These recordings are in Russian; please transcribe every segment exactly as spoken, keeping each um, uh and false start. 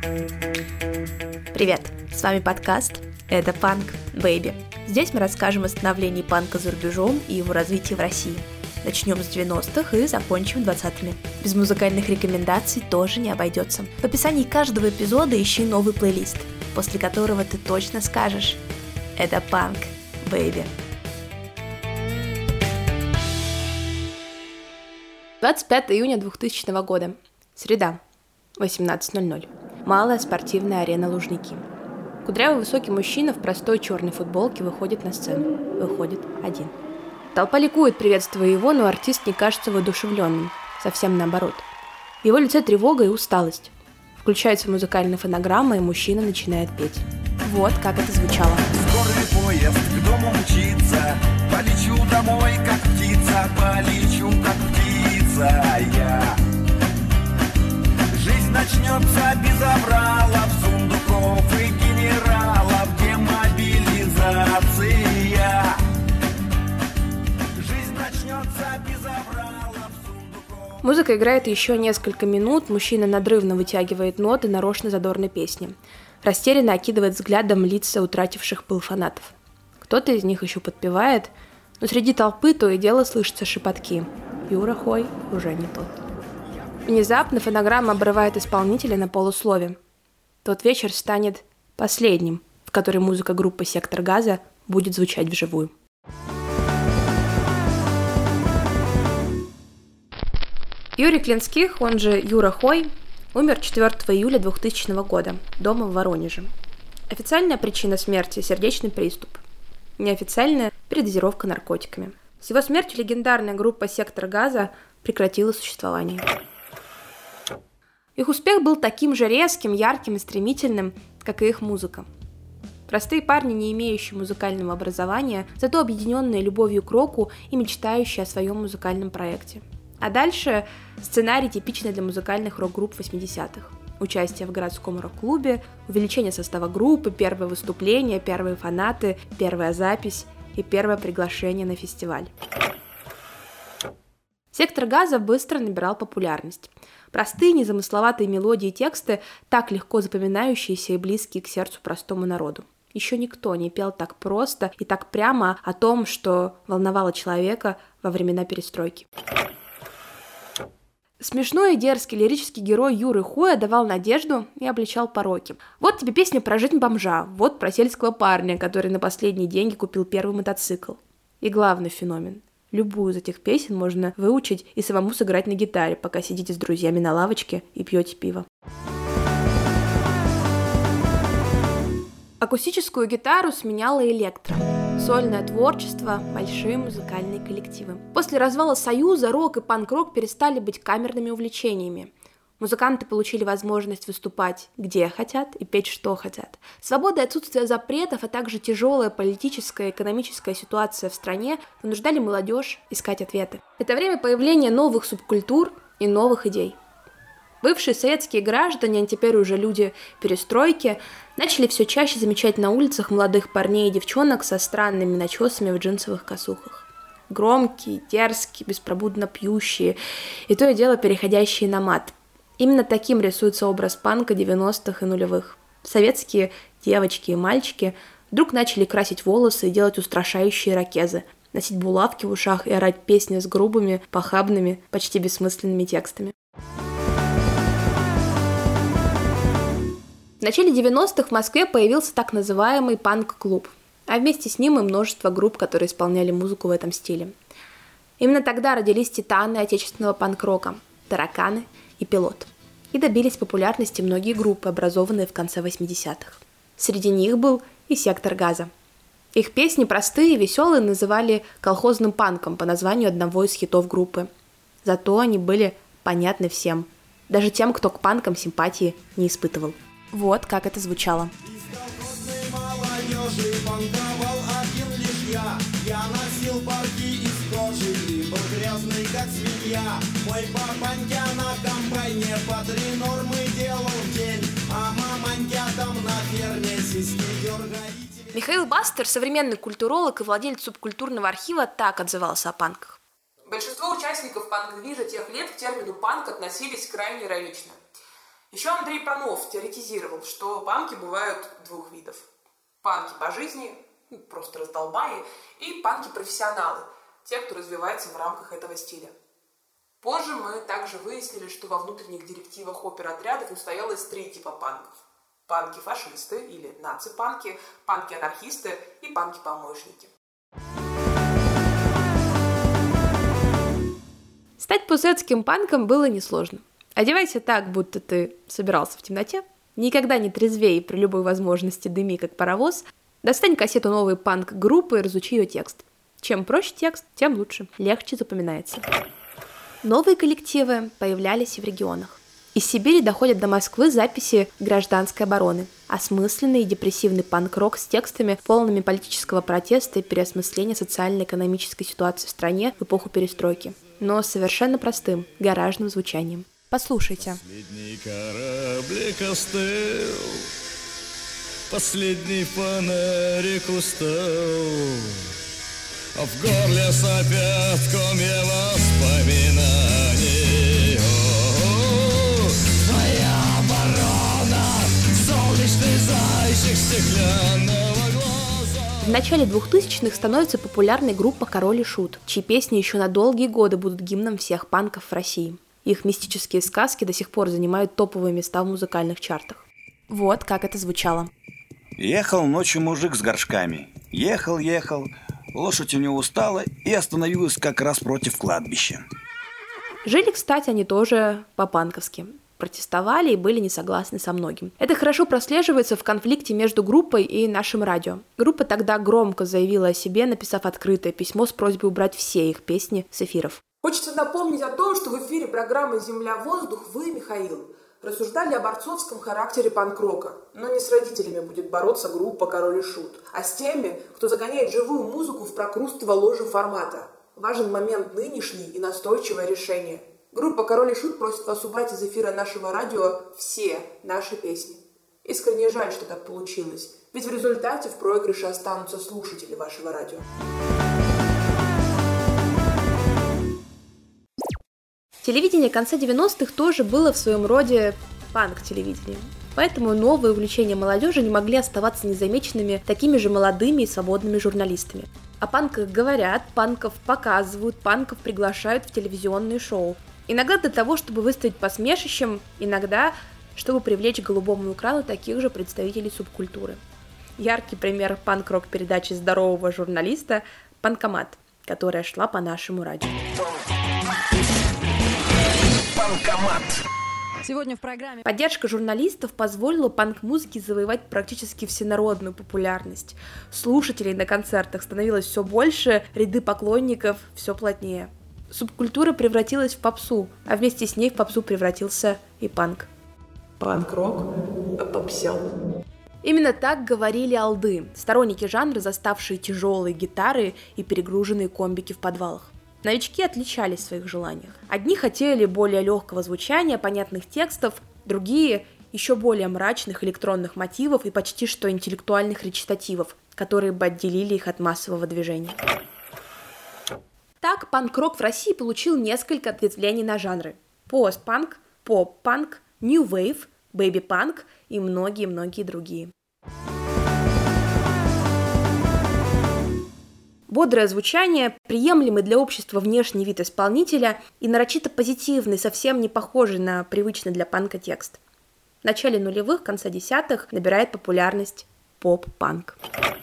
Привет, с вами подкаст «Это Панк, Бэйби». Здесь мы расскажем о становлении панка за рубежом и его развитии в России. Начнем с девяностых и закончим двадцатыми. Без музыкальных рекомендаций тоже не обойдется. В описании каждого эпизода ищи новый плейлист, после которого ты точно скажешь «Это панк, бэйби». двадцать пятого июня двухтысячного года. Среда. восемнадцать ноль ноль. Малая спортивная арена Лужники. Кудрявый высокий мужчина в простой черной футболке выходит на сцену. Выходит один. Толпа ликует, приветствуя его, но артист не кажется воодушевленным. Совсем наоборот. В его лице тревога и усталость. Включается музыкальная фонограмма, и мужчина начинает петь. Вот как это звучало. Скорый поезд к дому мчится, полечу домой, как птица, полечу, как птица я. Жизнь начнется без авралов, сундуков и генералов, демобилизация. Жизнь начнется без авралов, сундуков. Музыка играет еще несколько минут, мужчина надрывно вытягивает ноты нарочно задорной песни. Растерянно окидывает взглядом лица утративших пыл фанатов. Кто-то из них еще подпевает, но среди толпы то и дело слышатся шепотки. Юра Хой уже не тот. Внезапно фонограмма обрывает исполнителя на полуслове. Тот вечер станет последним, в который музыка группы «Сектор газа» будет звучать вживую. Юрий Клинских, он же Юра Хой, умер четвёртого июля двухтысячного года, дома в Воронеже. Официальная причина смерти – сердечный приступ. Неофициальная – передозировка наркотиками. С его смертью легендарная группа «Сектор газа» прекратила существование. Их успех был таким же резким, ярким и стремительным, как и их музыка. Простые парни, не имеющие музыкального образования, зато объединенные любовью к року и мечтающие о своем музыкальном проекте. А дальше сценарий, типичный для музыкальных рок-групп восьмидесятых. Участие в городском рок-клубе, увеличение состава группы, первое выступление, первые фанаты, первая запись и первое приглашение на фестиваль. «Сектор газа» быстро набирал популярность. Простые, незамысловатые мелодии и тексты, так легко запоминающиеся и близкие к сердцу простому народу. Еще никто не пел так просто и так прямо о том, что волновало человека во времена перестройки. Смешной и дерзкий лирический герой Юры Хоя давал надежду и обличал пороки. Вот тебе песня про жизнь бомжа, вот про сельского парня, который на последние деньги купил первый мотоцикл. И главный феномен. Любую из этих песен можно выучить и самому сыграть на гитаре, пока сидите с друзьями на лавочке и пьете пиво. Акустическую гитару сменяла электро. Сольное творчество, большие музыкальные коллективы. После развала Союза рок и панк-рок перестали быть камерными увлечениями. Музыканты получили возможность выступать где хотят и петь что хотят. Свобода и отсутствие запретов, а также тяжелая политическая и экономическая ситуация в стране вынуждали молодежь искать ответы. Это время появления новых субкультур и новых идей. Бывшие советские граждане, а теперь уже люди перестройки, начали все чаще замечать на улицах молодых парней и девчонок со странными начесами в джинсовых косухах. Громкие, дерзкие, беспробудно пьющие, и то и дело переходящие на мат. Именно таким рисуется образ панка девяностых и нулевых. Советские девочки и мальчики вдруг начали красить волосы и делать устрашающие ирокезы, носить булавки в ушах и орать песни с грубыми, похабными, почти бессмысленными текстами. В начале девяностых в Москве появился так называемый панк-клуб, а вместе с ним и множество групп, которые исполняли музыку в этом стиле. Именно тогда родились титаны отечественного панк-рока – «Тараканы» и «Пилот». И добились популярности многие группы, образованные в конце восьмидесятых. Среди них был и «Сектор газа». Их песни простые и веселые называли колхозным панком по названию одного из хитов группы. Зато они были понятны всем, даже тем, кто к панкам симпатии не испытывал. Вот как это звучало. Из колхозной молодежи панковал один лишь я. Я носил парки из кожи и был грязный, как свинья. Мой папанька на комбайне по три нормы делал в день, а маманька там на ферме сиськи дергает. Михаил Бастер, современный культуролог и владелец субкультурного архива, так отзывался о панках. Большинство участников панк-движа тех лет к термину «панк» относились крайне иронично. Еще Андрей Панов теоретизировал, что панки бывают двух видов. Панки по жизни, просто раздолбаи, и панки-профессионалы, те, кто развивается в рамках этого стиля. Позже мы также выяснили, что во внутренних директивах опер-отрядов устоялось три типа панков. Панки-фашисты или наци-панки, панки-анархисты и панки-помощники. Стать пусетским панком было несложно. Одевайся так, будто ты собирался в темноте, никогда не трезвей при любой возможности дыми, как паровоз, достань кассету новой панк-группы и разучи ее текст. Чем проще текст, тем лучше, легче запоминается. Новые коллективы появлялись и в регионах. Из Сибири доходят до Москвы записи гражданской обороны, осмысленный и депрессивный панк-рок с текстами, полными политического протеста и переосмысления социально-экономической ситуации в стране в эпоху перестройки, но с совершенно простым, гаражным звучанием. Послушайте. Последний кораблик остыл, последний фонарик устал, а в горле сопят комья воспоминаний. О-о-о, твоя оборона, солнечный зайчик стеклянного глаза. В начале двухтысячных становится популярной группа «Король и Шут», чьи песни еще на долгие годы будут гимном всех панков в России. Их мистические сказки до сих пор занимают топовые места в музыкальных чартах. Вот как это звучало. Ехал ночью мужик с горшками. Ехал, ехал. Лошадь у него устала и остановилась как раз против кладбища. Жили, кстати, они тоже по-панковски. Протестовали и были не согласны со многим. Это хорошо прослеживается в конфликте между группой и нашим радио. Группа тогда громко заявила о себе, написав открытое письмо с просьбой убрать все их песни с эфиров. Хочется напомнить о том, что в эфире программы «Земля-воздух» вы, Михаил, рассуждали о борцовском характере панк-рока. Но не с родителями будет бороться группа «Король и Шут», а с теми, кто загоняет живую музыку в прокрустово ложе формата. Важен момент нынешний и настойчивое решение. Группа «Король и Шут» просит вас убрать из эфира нашего радио все наши песни. Искренне жаль, что так получилось, ведь в результате в проигрыше останутся слушатели вашего радио. Телевидение конца девяностых тоже было в своем роде панк-телевидением. Поэтому новые увлечения молодежи не могли оставаться незамеченными такими же молодыми и свободными журналистами. О панках говорят, панков показывают, панков приглашают в телевизионные шоу. Иногда для того, чтобы выставить посмешищем, иногда, чтобы привлечь к голубому экрану таких же представителей субкультуры. Яркий пример панк-рок передачи здорового журналиста «Панкомат», которая шла по нашему радио. Панкомат. Сегодня в программе Поддержка журналистов позволила панк-музыке завоевать практически всенародную популярность. Слушателей на концертах становилось все больше, ряды поклонников все плотнее. Субкультура превратилась в попсу, а вместе с ней в попсу превратился и панк. Панк-рок опопсел. Именно так говорили олды, сторонники жанра, заставшие тяжелые гитары и перегруженные комбики в подвалах. Новички отличались в своих желаниях. Одни хотели более легкого звучания, понятных текстов, другие – еще более мрачных электронных мотивов и почти что интеллектуальных речитативов, которые бы отделили их от массового движения. Так, панк-рок в России получил несколько ответвлений на жанры – пост-панк, поп-панк, нью-вейв, бэйби-панк и многие-многие другие. Бодрое звучание, приемлемый для общества внешний вид исполнителя и нарочито позитивный, совсем не похожий на привычный для панка текст. В начале нулевых, конце десятых набирает популярность поп-панк.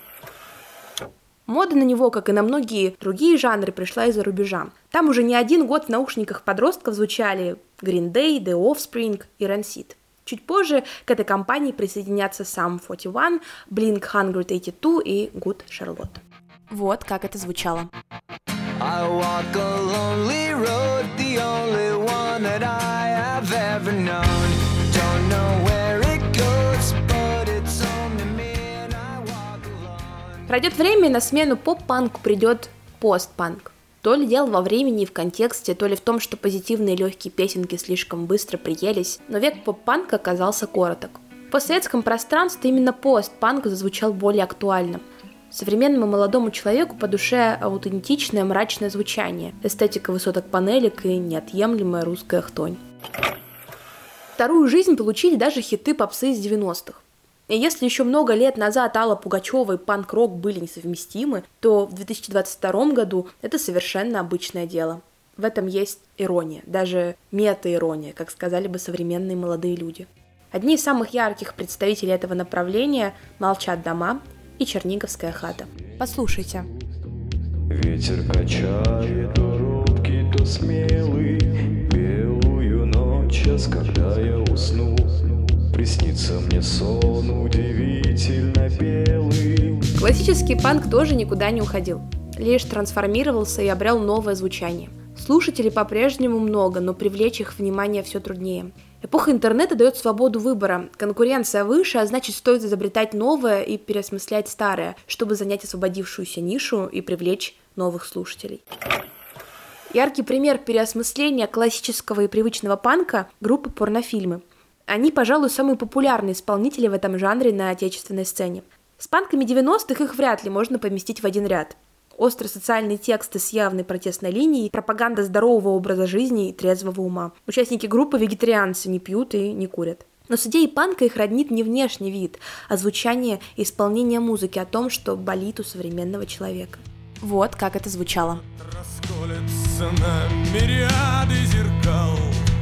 Мода на него, как и на многие другие жанры, пришла из-за рубежа. Там уже не один год в наушниках подростков звучали Green Day, The Offspring и Rancid. Чуть позже к этой компании присоединятся Sum сорок один, Blink сто восемьдесят два и Good Charlotte. Вот как это звучало. I walk a lonely road, the only one that I have ever known. Don't know where it goes, but it's home to me and I walk alone. Пройдет время, и на смену поп-панку придет пост-панк. То ли дело во времени и в контексте, то ли в том, что позитивные легкие песенки слишком быстро приелись, но век поп-панка оказался короток. В постсоветском пространстве именно пост-панк зазвучал более актуально. Современному молодому человеку по душе аутентичное мрачное звучание, эстетика высоток панелек и неотъемлемая русская хтонь. вторую жизнь получили даже хиты попсы из девяностых. И если еще много лет назад Алла Пугачева и панк-рок были несовместимы, то в две тысячи двадцать втором году это совершенно обычное дело. В этом есть ирония, даже мета-ирония, как сказали бы современные молодые люди. Одни из самых ярких представителей этого направления «Молчат дома» и «Черниговская хата». Послушайте. Ветер качает то робкий, то смелый, белую ночь, когда я усну, приснится мне сон удивительно белый. Классический панк тоже никуда не уходил, лишь трансформировался и обрел новое звучание. Слушателей по-прежнему много, но привлечь их внимание все труднее. Эпоха интернета дает свободу выбора, конкуренция выше, а значит стоит изобретать новое и переосмыслять старое, чтобы занять освободившуюся нишу и привлечь новых слушателей. Яркий пример переосмысления классического и привычного панка – группа «Порнофильмы». Они, пожалуй, самые популярные исполнители в этом жанре на отечественной сцене. С панками девяностых их вряд ли можно поместить в один ряд. Острые социальные тексты с явной протестной линией, пропаганда здорового образа жизни и трезвого ума. Участники группы вегетарианцы, не пьют и не курят. Но с идеей панка их роднит не внешний вид, а звучание и исполнение музыки о том, что болит у современного человека. Вот как это звучало. Расколется на мириады зеркал,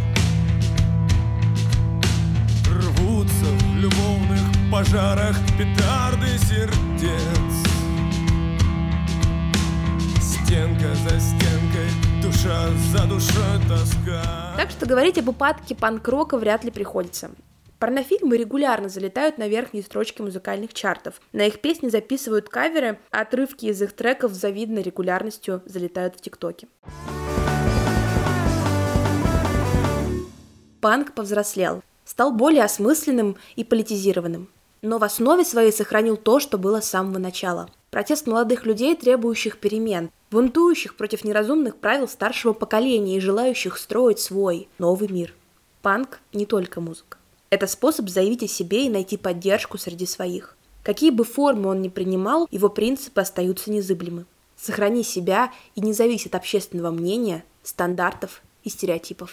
рвутся в любовных пожарах петарды сердец. Стенка за стенкой, душа за душой тоска. Так что говорить об упадке панк-рока вряд ли приходится. Порнофильмы регулярно залетают на верхние строчки музыкальных чартов. На их песни записывают каверы, а отрывки из их треков с завидной регулярностью залетают в ТикТоке. Панк повзрослел, стал более осмысленным и политизированным. Но в основе своей сохранил то, что было с самого начала. Протест молодых людей, требующих перемен, бунтующих против неразумных правил старшего поколения и желающих строить свой новый мир. Панк не только музыка. Это способ заявить о себе и найти поддержку среди своих. Какие бы формы он ни принимал, его принципы остаются незыблемы. Сохрани себя и не завись от общественного мнения, стандартов и стереотипов.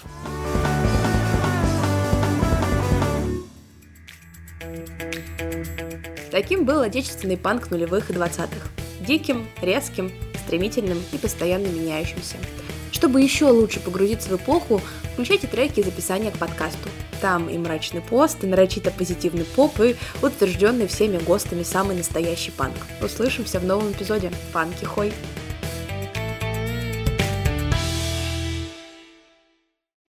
Таким был отечественный панк нулевых и двадцатых. Диким, резким, стремительным и постоянно меняющимся. Чтобы еще лучше погрузиться в эпоху, включайте треки из описания к подкасту. Там и мрачный пост, и нарочито позитивный поп, и утвержденный всеми ГОСТами самый настоящий панк. Услышимся в новом эпизоде. Панки хой!